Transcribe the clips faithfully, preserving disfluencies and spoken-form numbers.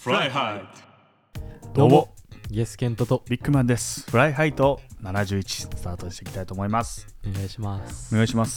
フライハイト。 どうもイエスケントとビッグマンです。フライハイトななじゅういちスタートしていきたいと思います。 お願いします。 お願いします。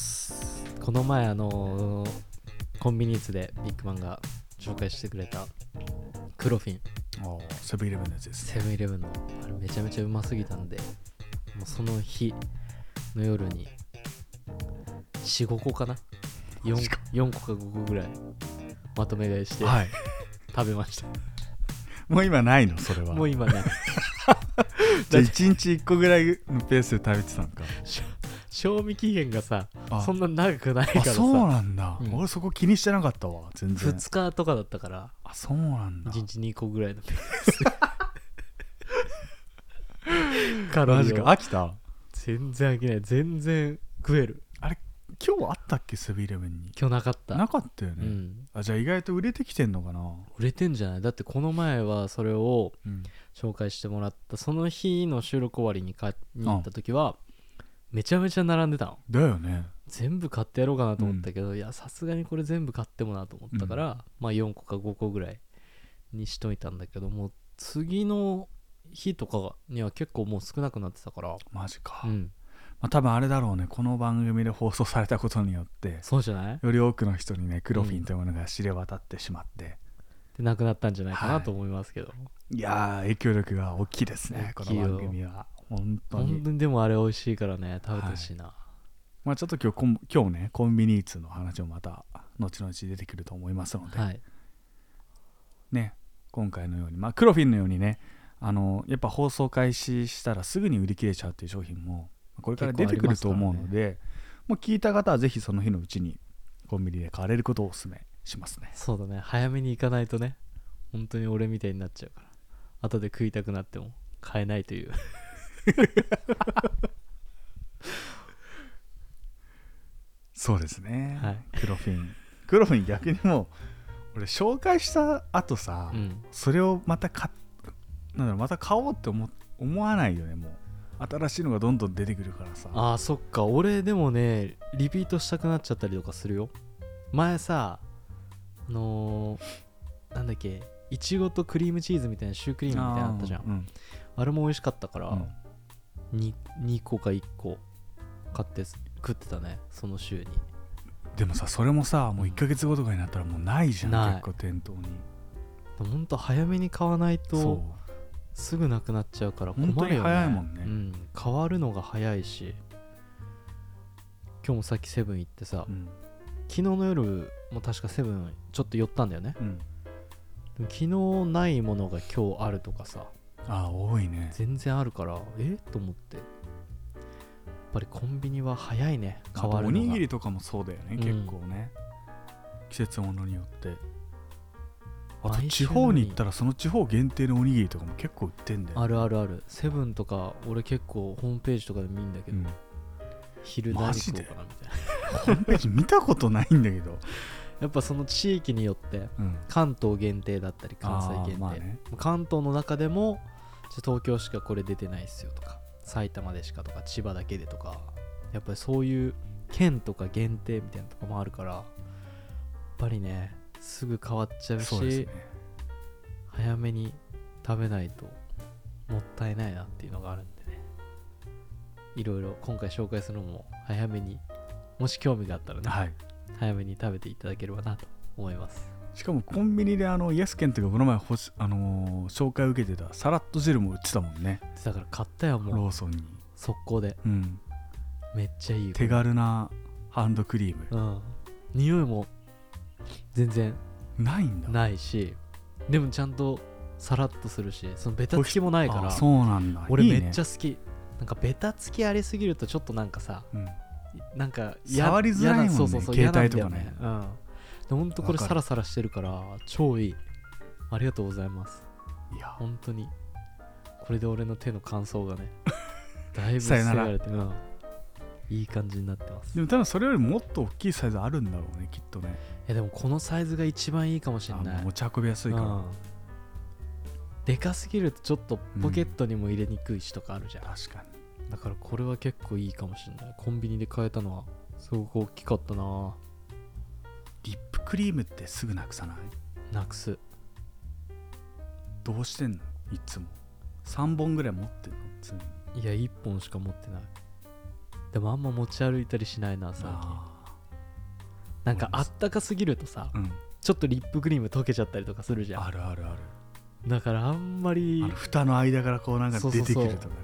この前あのー、コンビニエンスでビッグマンが紹介してくれたクロフィン、 おセブンイレブンのやつですね。 セブンイレブンのあれめちゃめちゃうますぎたんで、もうその日の夜に よん,ご 個かな 4, 4個かごこぐらいまとめ買いして、 はい、 食べました。 もう今ないのそれは。 もう今ねじゃあいちにちいっこぐらいのペースで食べてたのか。 賞味期限がさあそんな長くないからさ。 あ、そうなんだ、うん、俺そこ気にしてなかったわ全然。 ふつかとかだったから。 あ、そうなんだ。 いちにちにこぐらいのペースカロリーを。 マジか、飽きた。 全然飽きない。全然食える。 あれ今日あったっけセブンイレブンに。 今日なかった。 なかったよね、 うん、 あ、じゃあ意外と売れてきてんのかな。 売れてんじゃない。だってこの前はそれを紹介してもらった、うん、その日の収録終わりに買いに行った時はめちゃめちゃ並んでたの。 だよね。 全部買ってやろうかなと思ったけど、うん、いやさすがにこれ全部買ってもなと思ったから、うん、まあよんこかごこぐらいにしといたんだけども、次の日とかには結構もう少なくなってたから。 マジか、 うん、 まあ、多分あれだろうね、この番組で放送されたことによってそうじゃない、 より多くの人にねクロフィンというものが知れ渡ってしまって、 うん、でなくなったんじゃないかなと思いますけど、はい、 いやー影響力が大きいですねこの番組は。本当に本当に。でもあれ美味しいからね、食べてほしいな、はい。 まあ、ちょっと今日、今日ねコンビニーツの話もまた後々出てくると思いますので、 はい、 ね、今回のように、まあ、クロフィンのようにね、あのやっぱ放送開始したらすぐに売り切れちゃうっていう商品もこれから出てくると思うので、ね、もう聞いた方はぜひその日のうちにコンビニで買われることをお勧めしますね。 そうだね、早めに行かないとね、本当に俺みたいになっちゃうから、後で食いたくなっても買えないというそうですね、 はい、 クロフィンクロフィン逆にもう俺紹介した後さ、うん、それをまた買なんだろうまた買おうって 思, 思わないよね。もう新しいのがどんどん出てくるからさ。 あーそっか、俺でもねリピートしたくなっちゃったりとかするよ。前さあのー、なんだっけ、いちごとクリームチーズみたいなシュークリームみたいなのあったじゃん。 あ,、うん、あれも美味しかったから、うん、2, にこかいっこ買って食ってたねその週に。 でもさそれもさもういっかげつごとかになったらもうないじゃん、うん、結構店頭に。 ほんと早めに買わないとすぐなくなっちゃうから困るよね。 本当に早いもんね、 うん、変わるのが早いし。今日もさっきセブン行ってさ、うん、昨日の夜も確かセブンちょっと寄ったんだよね、うん、でも昨日ないものが今日あるとかさ。 ああ多いね。 全然あるからえと思って。やっぱりコンビニは早いね変わるのが。 おにぎりとかもそうだよね、うん、結構ね季節ものによって。あと地方に行ったらその地方限定のおにぎりとかも結構売ってんだよ、ね、 あるあるある。セブンとか俺結構ホームページとかで見るんだけど、うん、昼何食おうかなみたいなホームページ見たことないんだけどやっぱその地域によって、うん、関東限定だったり関西限定、まあね、関東の中でも東京しかこれ出てないっすよとか埼玉でしかとか千葉だけでとか、やっぱりそういう県とか限定みたいなとかもあるから、やっぱりねすぐ変わっちゃうし、 そうですね、 早めに食べないともったいないなっていうのがあるんでね、いろいろ今回紹介するのも早めに、もし興味があったらね、はい、早めに食べていただければなと思います。 しかもコンビニであのイエスケンとかこの前ほし、あのー、紹介を受けてたサラット汁も売ってたもんね。 だから買ったよもうローソンに速攻で、うん、めっちゃいい手軽なハンドクリーム、 うん、匂いも全然ないんだないし、でもちゃんとサラッとするし、そのベタつきもないから。 そうなんだ、 俺めっちゃ好き。いいね、なんかベタつきありすぎるとちょっとなんかさ、うん、なんか触りづらいもんね、そうそうそう携帯とかね。 うん、でほんとこれサラサラしてるから超いい。ありがとうございます。いや本当にこれで俺の手の乾燥がねだいぶ防がれて、うん、いい感じになってます。 でも多分それよりもっと大きいサイズあるんだろうねきっとね。 いやでもこのサイズが一番いいかもしれない。 持ち運びやすいから、うん、 でかすぎるとちょっとポケットにも入れにくいしとかあるじゃん、 うん、確かに。 だからこれは結構いいかもしれない。コンビニで買えたのはすごく大きかったな。 リップクリームってすぐなくさない？ なくす。 どうしてんのいつもさんぼんぐらい持ってんの常に。 いやいっぽんしか持ってない。でもあんま持ち歩いたりしないな最近。なんかあったかすぎるとさ、うん、ちょっとリップクリーム溶けちゃったりとかするじゃん。 あるあるある。 だからあんまりあの蓋の間からこうなんか出てくるとかね。そうそうそう、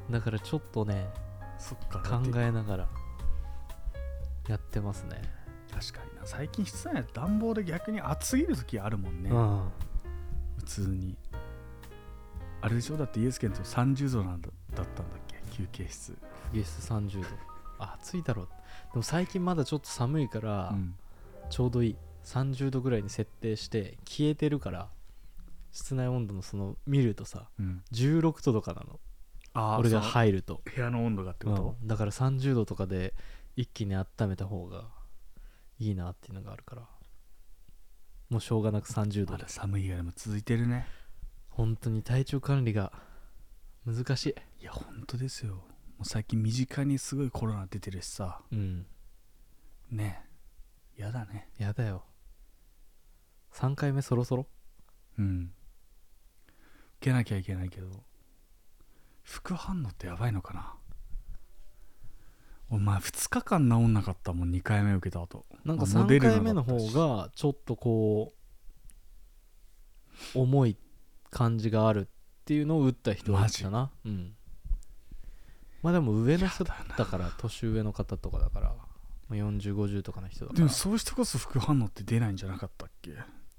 だからちょっとね、そっか考えながらやってますね。 確かにな、最近室内暖房で逆に暑すぎる時あるもんね、うん、普通に。あれでしょ、だってイエスケンとさんじゅうどなんだだったんだっけ、休憩室。休憩室さんじゅうど。あ、暑いだろう。でも最近まだちょっと寒いから、うん、ちょうどいいさんじゅうどぐらいに設定して消えてるから、室内温度のその見るとさ、うん、じゅうろくどとかなの。あ、俺が入ると部屋の温度がってこと、 うん、だからさんじゅうどとかで一気に温めた方がいいなっていうのがあるから、もうしょうがなくさんじゅうど。 まだ寒い日がでも続いてるね。 本当に体調管理が難しい。 いや本当ですよ。もう最近身近にすごいコロナ出てるしさ、うん、ねえ、やだね。 やだよ。さんかいめそろそろ、 うん、受けなきゃいけないけど、副反応ってやばいのかな。お前ふつかかん治んなかったもん、にかいめ受けた後。 なんかさんかいめの方がちょっとこう重い感じがあるっていうのを打った人は言ったな。うん、まあでも上の人だから年上の方とかだからよんじゅう、ごじゅうとかの人だから。 でもそういう人こそ副反応って出ないんじゃなかったっけ。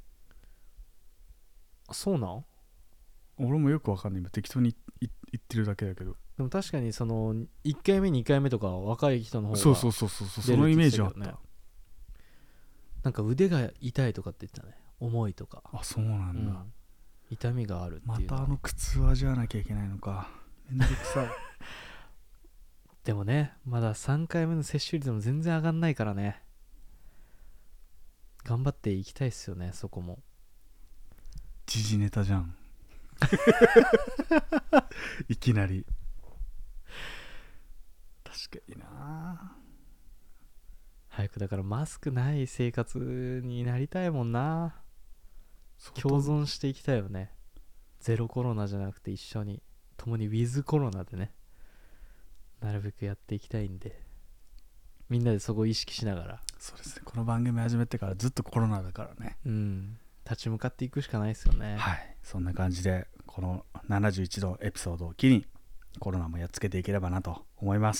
そうなん？ 俺もよくわかんない、今適当に言ってるだけだけど。 でも確かにそのいっかいめにかいめとか若い人の方が、 そうそうそうそうそう、そのイメージあった。 なんか腕が痛いとかって言ってたね、重いとか。 あ、そうなんだ、うん、 痛みがあるっていう。 またあの苦痛を味わわなきゃいけないのか、めんどくさいでもね、まださんかいめの接種率も全然上がんないからね、頑張っていきたいっすよね。そこも時事ネタじゃんいきなり。確かにな。 早くだからマスクない生活になりたいもんな。共存していきたいよね。ゼロコロナじゃなくて一緒に共にウィズコロナでね、なるべくやっていきたいんで、みんなでそこを意識しながら。 そうですね、この番組始めてからずっとコロナだからね、 うん、立ち向かっていくしかないですよね。 はい、そんな感じでこのななじゅういちどエピソードを機にコロナもやっつけていければなと思います。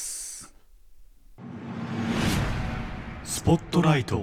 スポットライト、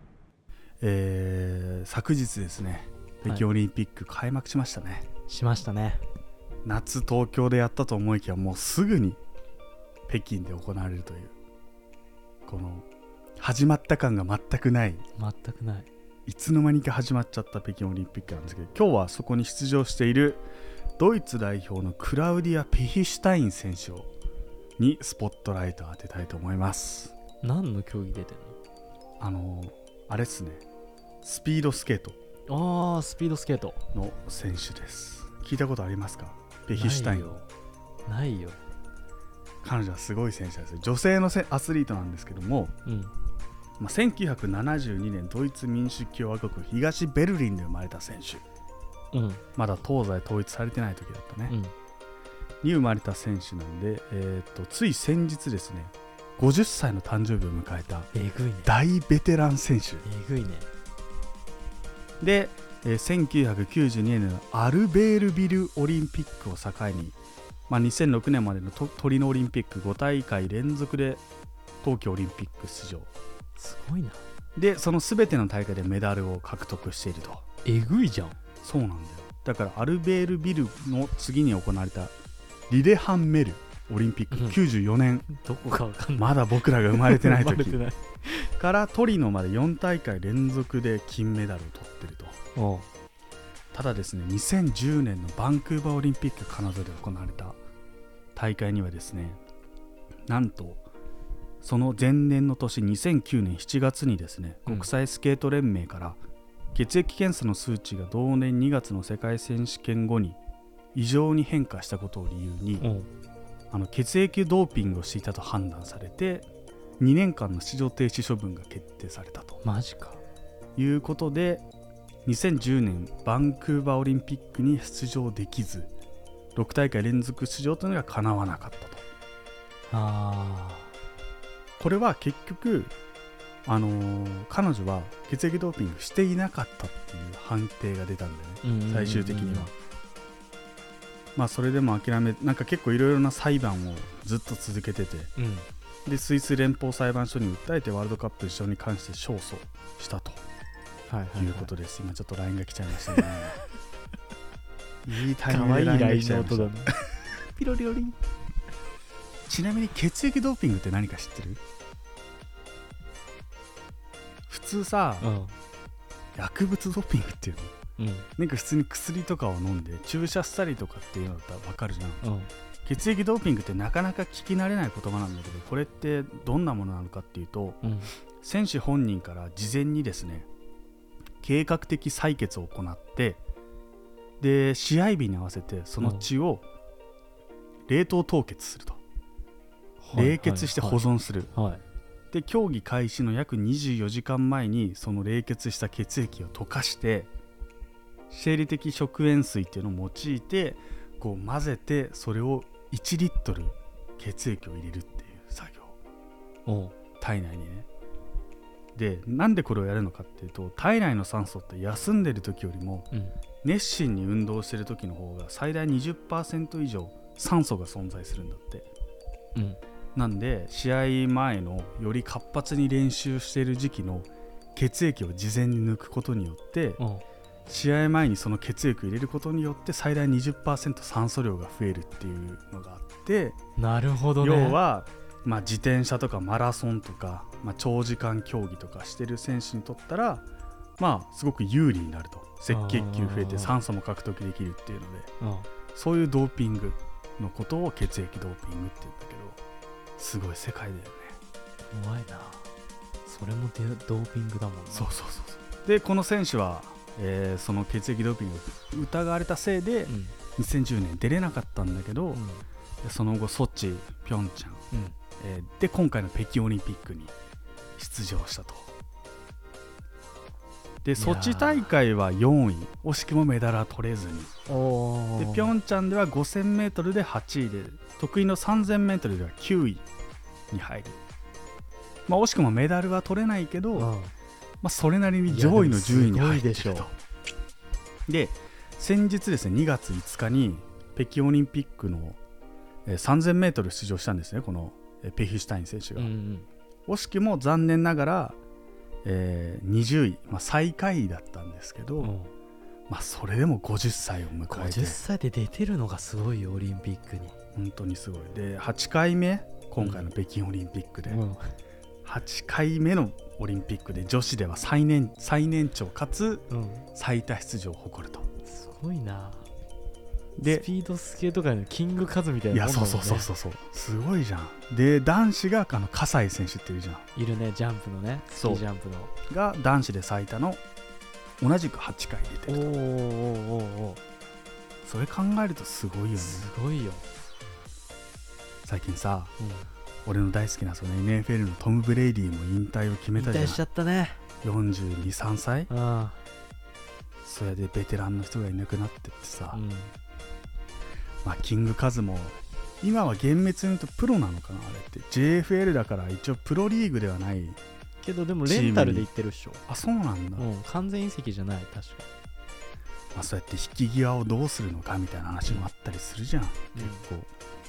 えー、昨日ですね、北京オリンピック開幕しましたね、はい、 しましたね。 夏東京でやったと思いきや、もうすぐに北京で行われるという、この始まった感が全くない、 全くない、 いつの間にか始まっちゃった北京オリンピックなんですけど、今日はそこに出場しているドイツ代表のクラウディア・ペヒシュタイン選手にスポットライトを当てたいと思います。 何の競技出てんの？ あのあれっすね、スピードスケート。 ああ、スピードスケートの選手です。聞いたことありますか？ペヒシュタイン。 ないよ。 彼女はすごい選手です。女性のアスリートなんですけども、うんまあ、せんきゅうひゃくななじゅうにねんドイツ民主共和国東ベルリンで生まれた選手、うん、まだ東西統一されてない時だったね、うん、に生まれた選手なんで、えー、とつい先日ですね、ごじゅっさいの誕生日を迎えた大ベテラン選手。 えぐいね。 で、えー、せんきゅうひゃくきゅうじゅうにねんのアルベールビルオリンピックを境に、まあ、にせんろくねんまでのトリノオリンピックごたいかい連続で冬季オリンピック出場。 すごいな。 でその全ての大会でメダルを獲得していると。 えぐいじゃん。 そうなんだよ。だからアルベールビルの次に行われたリレハンメルオリンピック、うん、きゅうじゅうよねん、 どこかわかんない、 まだ僕らが生まれてない時からトリノまでよんたいかい連続で金メダルを取ってると。おう。ただですね、にせんじゅうねんのバンクーバーオリンピックカナダで行われた大会にはですね、なんとその前年の年にせんきゅうねんしちがつにですね、国際スケート連盟から血液検査の数値が同年にがつの世界選手権後に異常に変化したことを理由に、うん、あの血液ドーピングをしていたと判断されてにねんかんの出場停止処分が決定されたと。 マジか。 いうことでにせんじゅうねんバンクーバーオリンピックに出場できず、ろく大会連続出場というのが叶わなかったと。 あこれは結局、あのー、彼女は血液ドーピングしていなかったっていう判定が出たんだよね、最終的には。まあそれでも諦め、なんか結構いろいろな裁判をずっと続けてて、 うん、 でスイス連邦裁判所に訴えてワールドカップ出場に関して勝訴したと、はいはいはい、いうことです。今ちょっと ライン が来ちゃいましたね。いいタイミングで ライン が来ちゃいました。ね、ピロリロリン。ちなみに血液ドーピングって何か知ってる？普通さ、うん、薬物ドーピングっていうの、うん、なんか普通に薬とかを飲んで注射したりとかっていうのだったら分かるじゃん、うん、血液ドーピングってなかなか聞き慣れない言葉なんだけど、これってどんなものなのかっていうと、うん、選手本人から事前にですね計画的採血を行って、で試合日に合わせてその血を冷凍凍結すると、うん、冷結して保存する、はいはいはい、で競技開始の約にじゅうよじかんまえにその冷結した血液を溶かして生理的食塩水っていうのを用いてこう混ぜて、それをいちリットル血液を入れるっていう作業を体内にね。でなんでこれをやるのかっていうと、体内の酸素って休んでる時よりも熱心に運動してる時の方が最大 にじゅっパーセント 以上酸素が存在するんだって、うん、なんで試合前のより活発に練習している時期の血液を事前に抜くことによって、うん、試合前にその血液を入れることによって最大 にじゅっパーセント 酸素量が増えるっていうのがあって、 なるほどね。 要はまあ、自転車とかマラソンとか、まあ、長時間競技とかしてる選手にとったら、まあ、すごく有利になると。赤血球増えて酸素も獲得できるっていうので、そういうドーピングのことを血液ドーピングって言うんだけど、すごい世界だよね。 怖いな。それもドーピングだもんね。 そうそうそうそう。でこの選手は、えー、その血液ドーピングを疑われたせいで、うん、にせんじゅうねん出れなかったんだけど、うん、その後ソチ、ピョンチャン、うんえー、で今回の北京オリンピックに出場したと。でソチ大会はよんい、惜しくもメダルは取れずに、でピョンチャンでは ごせんメートル ではちいで、得意の さんぜんメートル ではきゅういに入る。まあ、惜しくもメダルは取れないけど、まあ、それなりに上位の順位に入っていると。で先日ですねにがついつかに北京オリンピックのさんぜんメートル 出場したんですね、このペヒシュタイン選手が、うんうん、惜しくも残念ながら、えー、にじゅうい、まあ、最下位だったんですけど、うんまあ、それでもごじゅっさいを迎えて、 ごじゅっさいで出てるのがすごいよ、オリンピックに。 本当にすごい。ではちかいめ、今回の北京オリンピックで、うん、はちかいめのオリンピックで女子では最 年, 最年長かつ最多出場を誇ると、 うん、すごいな。でスピードスケート界のキングカズみたいなもんだもんね。 いやそうそうそうそう、すごいじゃん。で男子があの葛西選手っているじゃん。 いるね、ジャンプのね、スキージャンプのが男子で最多の同じくはちかい出てると。おーおーおーおー、それ考えるとすごいよね。 すごいよ。 最近さ、うん、俺の大好きなその エヌエフエル のトム・ブレイディも引退を決めたじゃん。 引退しちゃったね。 よんじゅうに、さんさい。ああ、それでベテランの人がいなくなってってさ、うん、まあ、キングカズも今は厳密に言うとプロなのかな、あれって ジェイエフエル だから一応プロリーグではないけど、でもレンタルで行ってるっしょ。 あ、そうなんだ。 うん、完全移籍じゃない、確か。 まあ、そうやって引き際をどうするのかみたいな話もあったりするじゃん、うん、結構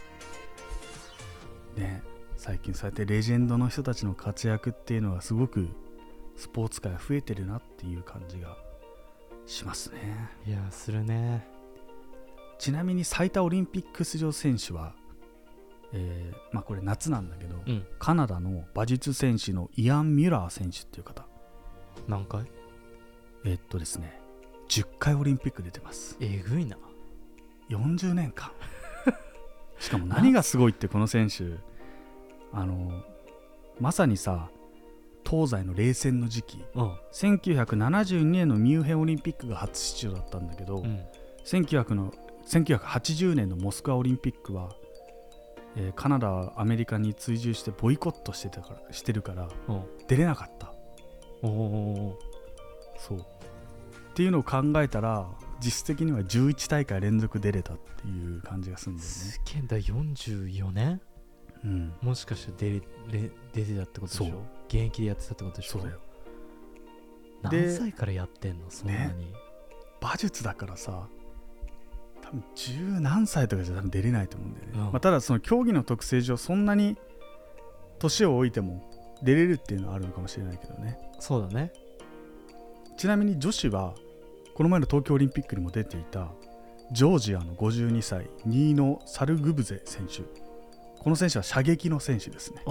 ね。最近そうやってレジェンドの人たちの活躍っていうのがすごくスポーツ界が増えてるなっていう感じがしますね。 いやするね。 ちなみに最多オリンピック出場選手は、えーまあ、これ夏なんだけど、うん、カナダの馬術選手のイアン・ミュラー選手っていう方。 何回？ えー、っとですねじゅっかいオリンピック出てます。 えぐいな。 よんじゅうねんかんしかも何がすごいってこの選手あのまさにさ東西の冷戦の時期、うん、せんきゅうひゃくななじゅうにねんのミュンヘンオリンピックが初出場だったんだけど、うん、せんきゅうひゃくのせんきゅうひゃくはちじゅうねんのモスクワオリンピックは、えー、カナダアメリカに追従してボイコットしてたからしてるから、うん、出れなかった。おーそうっっていうのを考えたら実質的にはじゅういち大会連続出れたっていう感じがするんだよね。 すげえんだ。よんじゅうよねん、 うん、 もしかして出れ出てたってことでしょ。 そう現役でやってたってことでしょ。 そうだよ。 何歳からやってんのそんなに、ね、 馬術だからさ多分十何歳とかじゃ多分出れないと思うんだよね、うんまあ、ただその競技の特性上そんなに年を置いても出れるっていうのはあるのかもしれないけどね。 そうだね。 ちなみに女子はこの前の東京オリンピックにも出ていたジョージアのごじゅうにさいニーノ・サルグブゼ選手、この選手は射撃の選手ですね。 あ、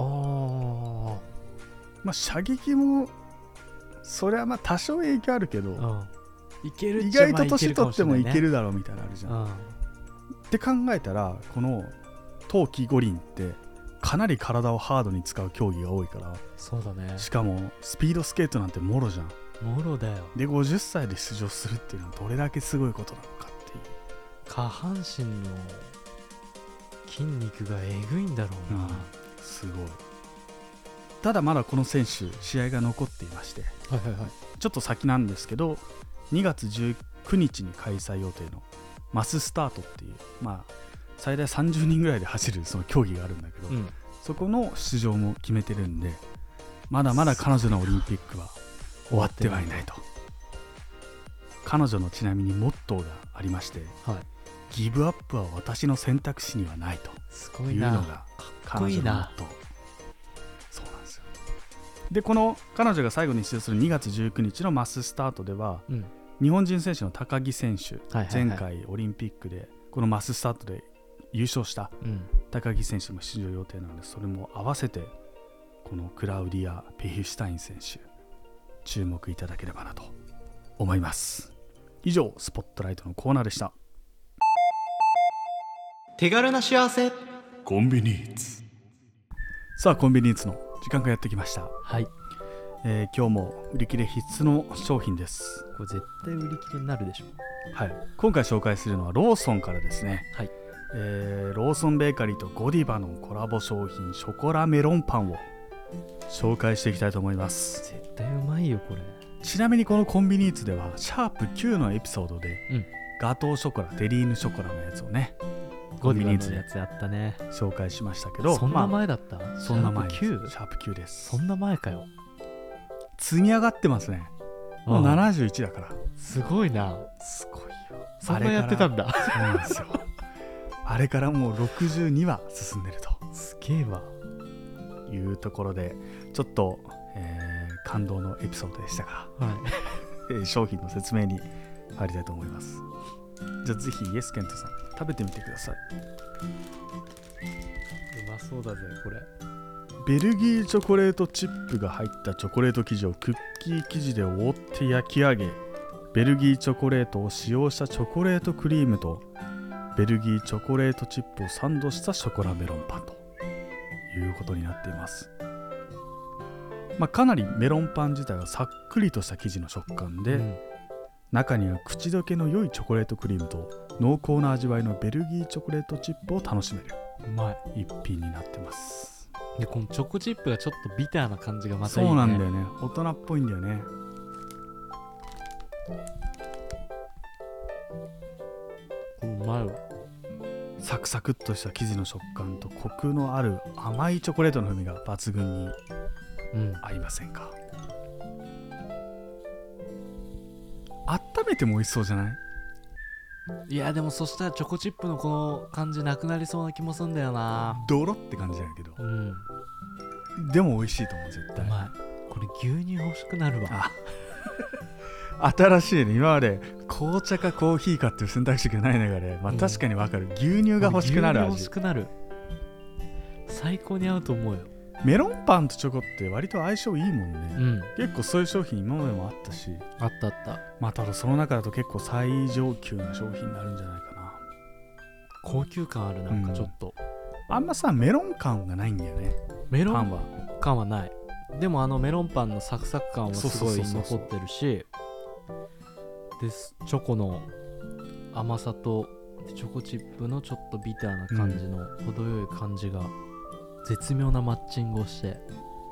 まあ射撃もそれはまあ多少影響あるけど、うん、 いける意外と年取ってもいけるだろうみたいなのあるじゃん、うん、って考えたらこの冬季五輪ってかなり体をハードに使う競技が多いから。 そうだね。 しかもスピードスケートなんてもろじゃん。 もろだよ。 でごじゅっさいで出場するっていうのはどれだけすごいことなのかっていう。 下半身の筋肉がえぐいんだろうな、うん、 すごい。ただまだこの選手試合が残っていまして、 はいはいはい、 ちょっと先なんですけどにがつじゅうくにちに開催予定のマススタートっていう、まあ最大さんじゅうにんぐらいで走るその競技があるんだけど、うん、そこの出場も決めてるんで、まだまだ彼女のオリンピックは終わってはいないと。彼女のちなみにモットーがありまして、はい、ギブアップは私の選択肢にはないというのが彼女のモットー。そうなんですよ。でこの彼女が最後に出場するにがつじゅうくにちのマススタートでは、うん、日本人選手の高木選手、はいはいはい、前回オリンピックでこのマススタートで優勝した高木選手も出場予定なので、それも合わせてこのクラウディア・ペヒシュタイン選手注目いただければなと思います。以上スポットライトのコーナーでした。 手軽な幸せコンビニーツ。さあコンビニーツの時間がやってきました。 はい、 えー、今日も売り切れ必須の商品です。 これ絶対売り切れになるでしょ。 はい、今回紹介するのはローソンからですね。はい、えー、ローソンベーカリーとゴディバのコラボ商品ショコラメロンパンを紹介していきたいと思います。 絶対うまいよこれ。 ちなみにこのコンビニーツではシャープきゅうのエピソードで、うん、ガトーショコラテリーヌショコラのやつをねコンビニーツのやつやったね紹介しましたけど、 そんな前だった、 まあ、そんな前です。シャープきゅうです。 そんな前かよ。 積み上がってますね。もうななじゅういちだから。 すごいな。 すごいよ。 そんなやってたんだ。 そうなんですよ。あれからもうろくじゅうにわ進んでると。 すげえわ。 いうところでちょっと、えー、感動のエピソードでしたが、はい、商品の説明に入りたいと思います。じゃあぜひイエスケントさん食べてみてください。 うまそうだぜこれ。 ベルギーチョコレートチップが入ったチョコレート生地をクッキー生地で覆って焼き上げ、ベルギーチョコレートを使用したチョコレートクリームとベルギーチョコレートチップをサンドしたショコラメロンパンということになっています。まあ、かなりメロンパン自体はさっくりとした生地の食感で、うん、中には口どけの良いチョコレートクリームと濃厚な味わいのベルギーチョコレートチップを楽しめるうまい一品になってます。 でこのチョコチップがちょっとビターな感じがまたいいね。 そうなんだよね。大人っぽいんだよね。 うまいわ。 サクサクっとした生地の食感とコクのある甘いチョコレートの風味が抜群に合いませんか、うん、温めても美味しそうじゃない？ いやでもそしたらチョコチップのこの感じなくなりそうな気もするんだよな。 ドロって感じだけど、うん、でも美味しいと思う絶対。うまい。これ牛乳欲しくなるわ。 あ新しいね。今まで紅茶かコーヒーかっていう選択肢がない中で、まあ、確かに分かる、うん、牛乳が欲しくなる味。 牛乳欲しくなる。最高に合うと思うよ。 メロンパンとチョコって割と相性いいもんね、うん、結構そういう商品今までもあったし。 あったあった。 まあただその中だと結構最上級な商品になるんじゃないかな。 高級感ある。なんかちょっと、 うん、あんまさメロン感がないんだよね。 メロン感はない。でもあのメロンパンのサクサク感はすごい残ってるし、でチョコの甘さとチョコチップのちょっとビターな感じの程よい感じが絶妙なマッチングをして、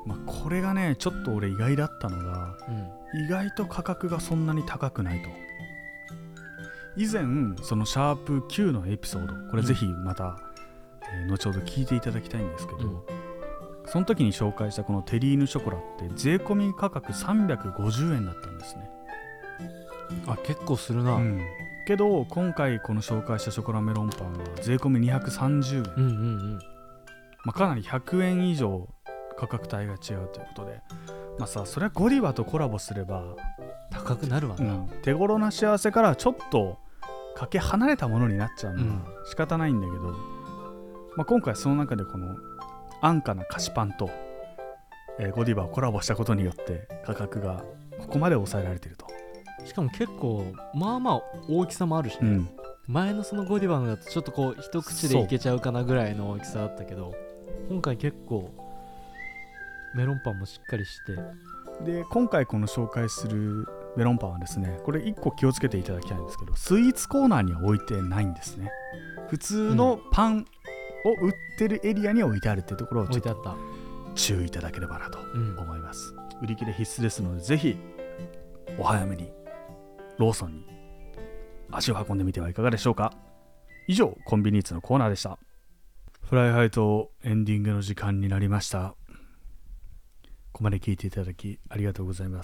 まあ、これがねちょっと俺意外だったのが、うん、意外と価格がそんなに高くないと。以前そのシャープきゅうのエピソード、これぜひまた、うんえー、後ほど聞いていただきたいんですけど、うん、その時に紹介したこのテリーヌショコラって税込み価格さんびゃくごじゅうえんだったんですね。 あ、結構するな、うん、 けど今回この紹介したショコラメロンパンは税込みにひゃくさんじゅうえん、うんうんうんまあ、かなりひゃくえん以上価格帯が違うということで、まあさ、それはゴディバとコラボすれば高くなるわな、うん、 手頃な幸せからちょっとかけ離れたものになっちゃうのは仕方ないんだけど、うんまあ、今回その中でこの安価な菓子パンと、えー、ゴディバをコラボしたことによって価格がここまで抑えられていると。 しかも結構まあまあ大きさもあるしね、うん、前のそのゴディバのだとちょっとこう一口でいけちゃうかなぐらいの大きさだったけど、今回結構メロンパンもしっかりして、 で今回この紹介するメロンパンはですね、これいっこ気をつけていただきたいんですけど、スイーツコーナーには置いてないんですね。普通のパンを売ってるエリアに置いてあるっていうところをちょっと注意いただければなと思います、うん、売り切れ必須ですので、ぜひお早めにローソンに足を運んでみてはいかがでしょうか。以上、コンビニーツのコーナーでした。フライハイトエンディングの時間になりました。ここまで聞いていただきありがとうございます。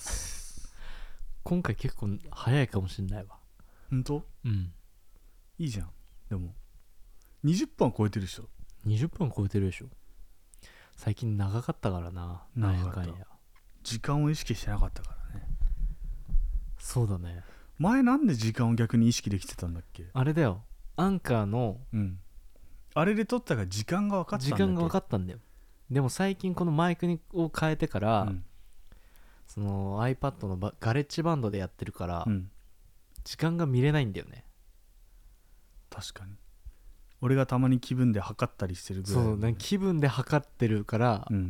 今回結構早いかもしれないわ。 本当？ うん。 いいじゃん。でもにじゅっぷんは超えてるでしょ。 にじゅっぷん超えてるでしょ。最近長かったからな。なんやかんや。 時間を意識してなかったからね。 そうだね。 前なんで時間を逆に意識できてたんだっけ。 あれだよ、アンカーの、 うん、あれで撮ったから時間が分かったんだっけ。 時間が分かったんだよ。でも最近このマイクを変えてから、うん、その iPad のガレッジバンドでやってるから、うん、時間が見れないんだよね。 確かに俺がたまに気分で測ったりしてるぐらい、ね、 そうなんか気分で測ってるから、うん、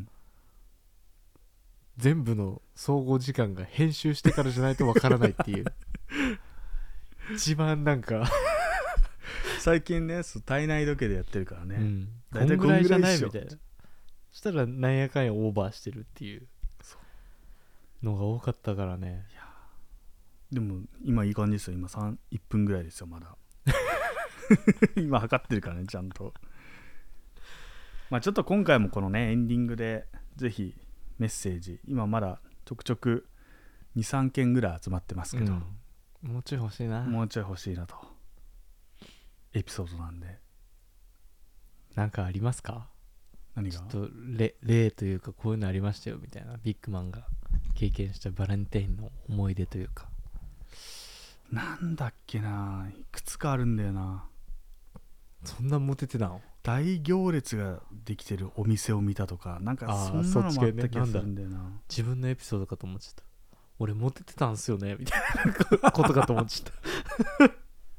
全部の総合時間が編集してからじゃないと分からないっていう一番なんか最近ね、そう体内時計でやってるからね、うん、 だいたいこんぐらいじゃないみたいな。そしたらなんやかんやオーバーしてるっていうのが多かったからね。 いやでも今いい感じですよ。今さんいっぷんぐらいですよまだ今測ってるからねちゃんと。まあちょっと今回もこのねエンディングでぜひメッセージ、今まだちょくちょく にさんけんぐらい集まってますけど、 うん、もうちょい欲しいな。 もうちょい欲しいなと。エピソードなんでなんかありますか。 何がちょっと 例, 例というかこういうのありましたよみたいな、ビッグマンが経験したバレンタインの思い出というか。 なんだっけな、いくつかあるんだよな。 そんなモテてたの。 大行列ができてるお店を見たとか、なんかそんなのもあった気がするんだよな。 自分のエピソードかと思っちゃった。俺モテてたんすよねみたいなことかと思っちゃった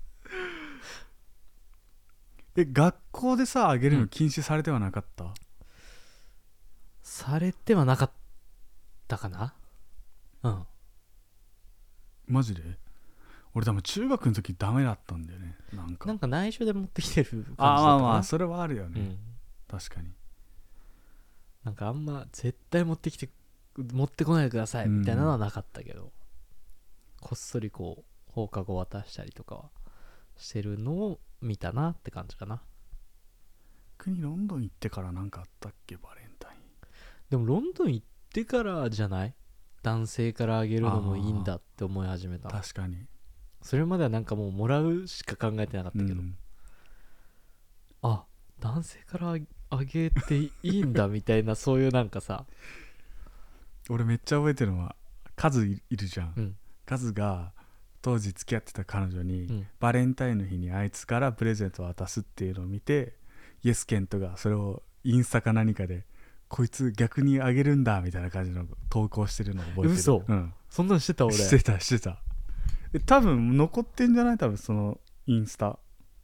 え、学校でさあげるの禁止されてはなかった、うん、 されてはなかったかな。うん。 マジで俺多分中学の時ダメだったんだよね。なんかなんか内緒で持ってきてる感じだったかな。 あまあまあそれはあるよね、うん、確かに。 なんかあんま絶対持ってきて持ってこないでくださいみたいなのはなかったけど、うん、こっそりこう放課後渡したりとかはしてるのを見たなって感じかな。 国ロンドン行ってからなんかあったっけバレンタイン。 でもロンドン行ってからじゃない。男性からあげるのもいいんだって思い始めた。 確かに。 それまではなんかもうもらうしか考えてなかったけど、うん、あ、男性からあげていいんだみたいなそういうなんかさ俺めっちゃ覚えてるのはカズいるじゃん、うん、カズが当時付き合ってた彼女に、うん、バレンタインの日にあいつからプレゼントを渡すっていうのを見て、イエスケントがそれをインスタか何かでこいつ逆にあげるんだみたいな感じの投稿してるのを覚えてる。 嘘、 うん、 そんなのしてた俺。 してたしてた。多分残ってんじゃない。多分そのインスタ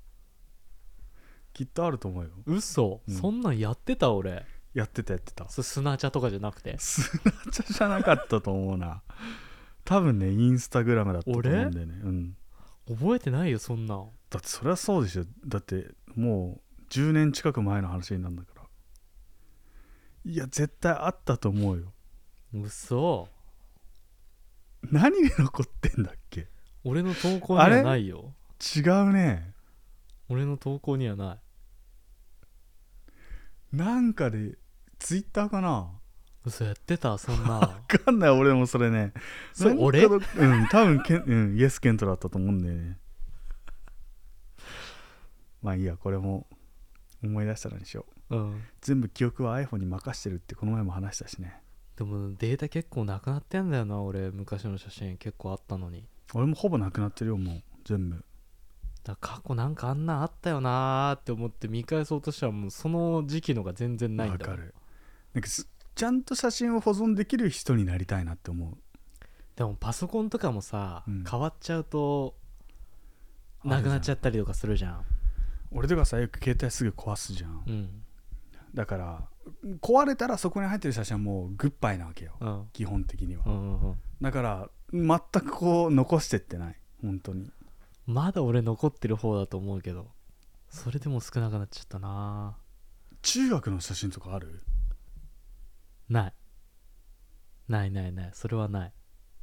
きっとあると思うよ。 嘘、うん、そんなんやってた俺。 やってたやってた。 そスナチャとかじゃなくて。 スナチャじゃなかったと思うな多分ねインスタグラムだったと思うんだよね。うん、 覚えてないよそんな。 だってそれはそうでしょ。だってもうじゅうねん近く前の話になるんだから。 いや絶対あったと思うよ。 嘘。 何で残ってんだっけ。 俺の投稿にはないよ。 違うね。 俺の投稿にはない。 なんかでツイッターかな。 嘘やってたそんな。 わかんない俺もそれね。 それ俺？ うん多分ケン、うん、イエスケントだったと思うんだよね。まあいいや、これも思い出したらにしよう。うん、全部記憶は iPhone に任してるってこの前も話したしね。 でもデータ結構なくなってんだよな。俺昔の写真結構あったのに。 俺もほぼなくなってるよもう全部。 だから過去なんかあんなあったよなーって思って見返そうとしたらもうその時期のが全然ないんだもん。わかる。 なんかちゃんと写真を保存できる人になりたいなって思う。 でもパソコンとかもさ、うん、変わっちゃうとなくなっちゃったりとかするじゃん。 俺とかさよく携帯すぐ壊すじゃん、うん、だから壊れたらそこに入ってる写真はもうグッバイなわけよ、うん、基本的には、うんうんうん、だから全くこう残してってない。本当にまだ俺残ってる方だと思うけど、それでも少なくなっちゃったな。 中学の写真とかある？ ないないないない、それはない。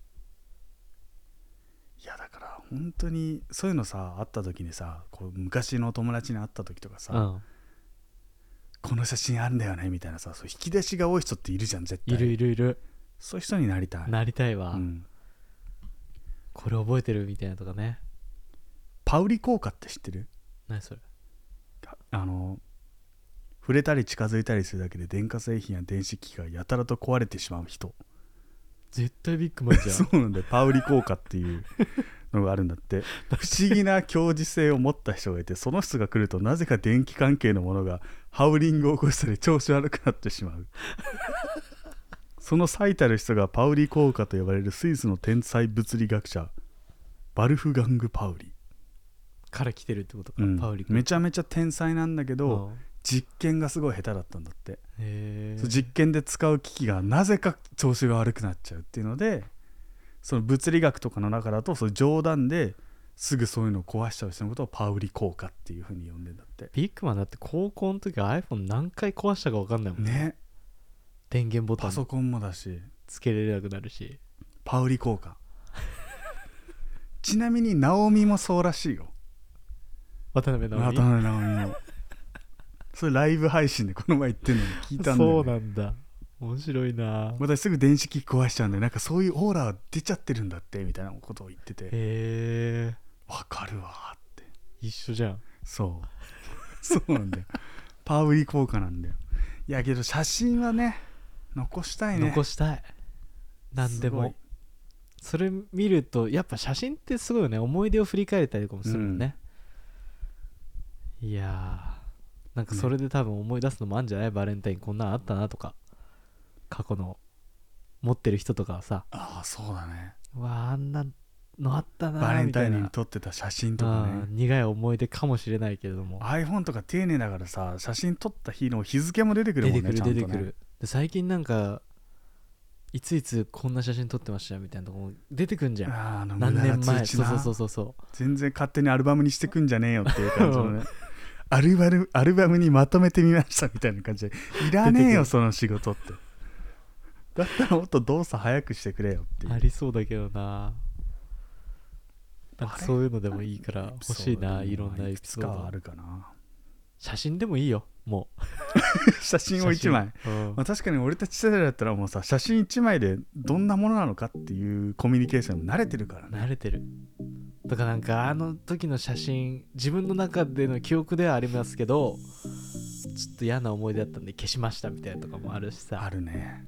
いやだから本当にそういうのさあった時にさ、こう昔の友達に会った時とかさ、うん、この写真あるんだよねみたいなさ、そう引き出しが多い人っているじゃん絶対。 いるいるいる。 そういう人になりたい。 なりたいわ、うん、これ覚えてるみたいなとかね。 パウリ効果って知ってる？ 何それ？ あの触れたり近づいたりするだけで電化製品や電子機器がやたらと壊れてしまう人。 絶対ビッグマンじゃん。 そうなんだよ、パウリ効果っていうのがあるんだって。不思議な強磁性を持った人がいて、その人が来るとなぜか電気関係のものがハウリングを起こしたり調子悪くなってしまう。その最たる人がパウリ効果と呼ばれるスイスの天才物理学者バルフガング・パウリから来てるってことか、 うん、 パウリめちゃめちゃ天才なんだけど、実験がすごい下手だったんだって。へー。実験で使う機器がなぜか調子が悪くなっちゃうっていうので、その物理学とかの中だとそういう冗談ですぐそういうのを壊しちゃう人のことをパウリ効果っていう風に呼んでんだって。 ビッグマンだって高校の時 iPhone 何回壊したか分かんないもんね。電源ボタンパソコンもだしつけれなくなるし。 パウリ効果。ちなみにナオミもそうらしいよ。 渡辺直美。 渡辺直美もそれライブ配信でこの前言ってんのに聞いたんだよ、ね、 そうなんだ。面白いな。 私すぐ電子機器壊しちゃうんで、なんかそういうオーラ出ちゃってるんだってみたいなことを言ってて、へえわかるわって。 一緒じゃん。 そうそうなんだよ。パウリ効果なんだよ。いやけど写真はね残したいね。 残したい。なんでもそれ見るとやっぱ写真ってすごいよね。思い出を振り返れたりとかもするもんね、うん、いやーなんかそれで多分思い出すのもあるんじゃない、ね、バレンタインこんなんあったなとか、過去の持ってる人とかはさ、 ああそうだね、 わああんなのあったなみたいな、 バレンタインに撮ってた写真とかね、 苦い思い出かもしれないけれども iPhone とか丁寧だからさ、写真撮った日の日付も出てくるもんね。 出てくる、 ちゃんとね、 出てくる。で最近なんかいついつこんな写真撮ってましたみたいなとこも出てくんじゃん。 ああの何年前。 そうそうそうそうそう。 全然勝手にアルバムにしてくんじゃねえよっていう感じのねアルバムアルバムにまとめてみましたみたいな感じで、いらねえよその仕事って。だったらもっと動作早くしてくれよっていう。 ありそうだけどな。なんかそういうのでもいいから欲しいな。いろんなエピソードあるかな。 写真でもいいよもう写真をいちまい、うんまあ、確かに俺たち世代だったらもうさ、写真いちまいでどんなものなのかっていうコミュニケーションも慣れてるからね。 慣れてる。だからなんかあの時の写真自分の中での記憶ではありますけど、ちょっと嫌な思い出だったんで消しましたみたいなとかもあるしさ。 あるね。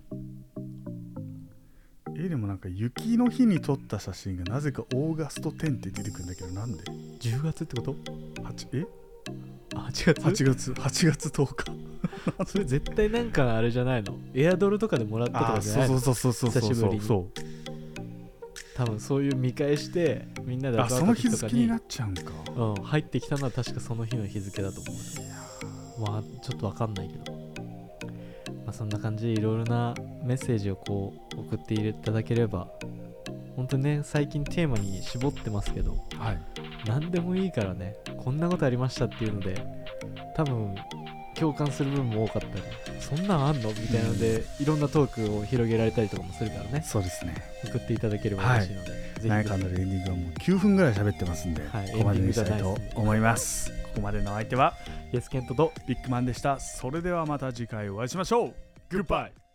えでもなんか雪の日に撮った写真がなぜかオーガストテンって出てくるんだけど、なんでじゅうがつってこと？ はちえはちがつ ?はちがつはちがつとおかそれ絶対なんかあれじゃないの？エアドルとかでもらったとかじゃないの？ そうそうそうそうそうそう、久しぶりに。そう多分そういう見返してみんなで集まった時とかに、あ、その日付になっちゃうんか。 うん、入ってきたのは確かその日の日付だと思う。まあちょっと分かんないけど、まあ、そんな感じでいろいろなメッセージをこう送っていただければ、本当にね最近テーマに絞ってますけど、はい、何でもいいからね、こんなことありましたっていうので多分共感する部分も多かったり、そんなんあんのみたいなので、うん、いろんなトークを広げられたりとかもするからね。 そうですね、 送っていただければ嬉しいので、はい、 ぜひなんやかんだでエンディングはもうきゅうふんぐらい喋ってますんで、はい、ここまでにしたいと思います。ここまでの相手はイエスケントとビッグマンでした。それではまた次回お会いしましょう。グッバイ。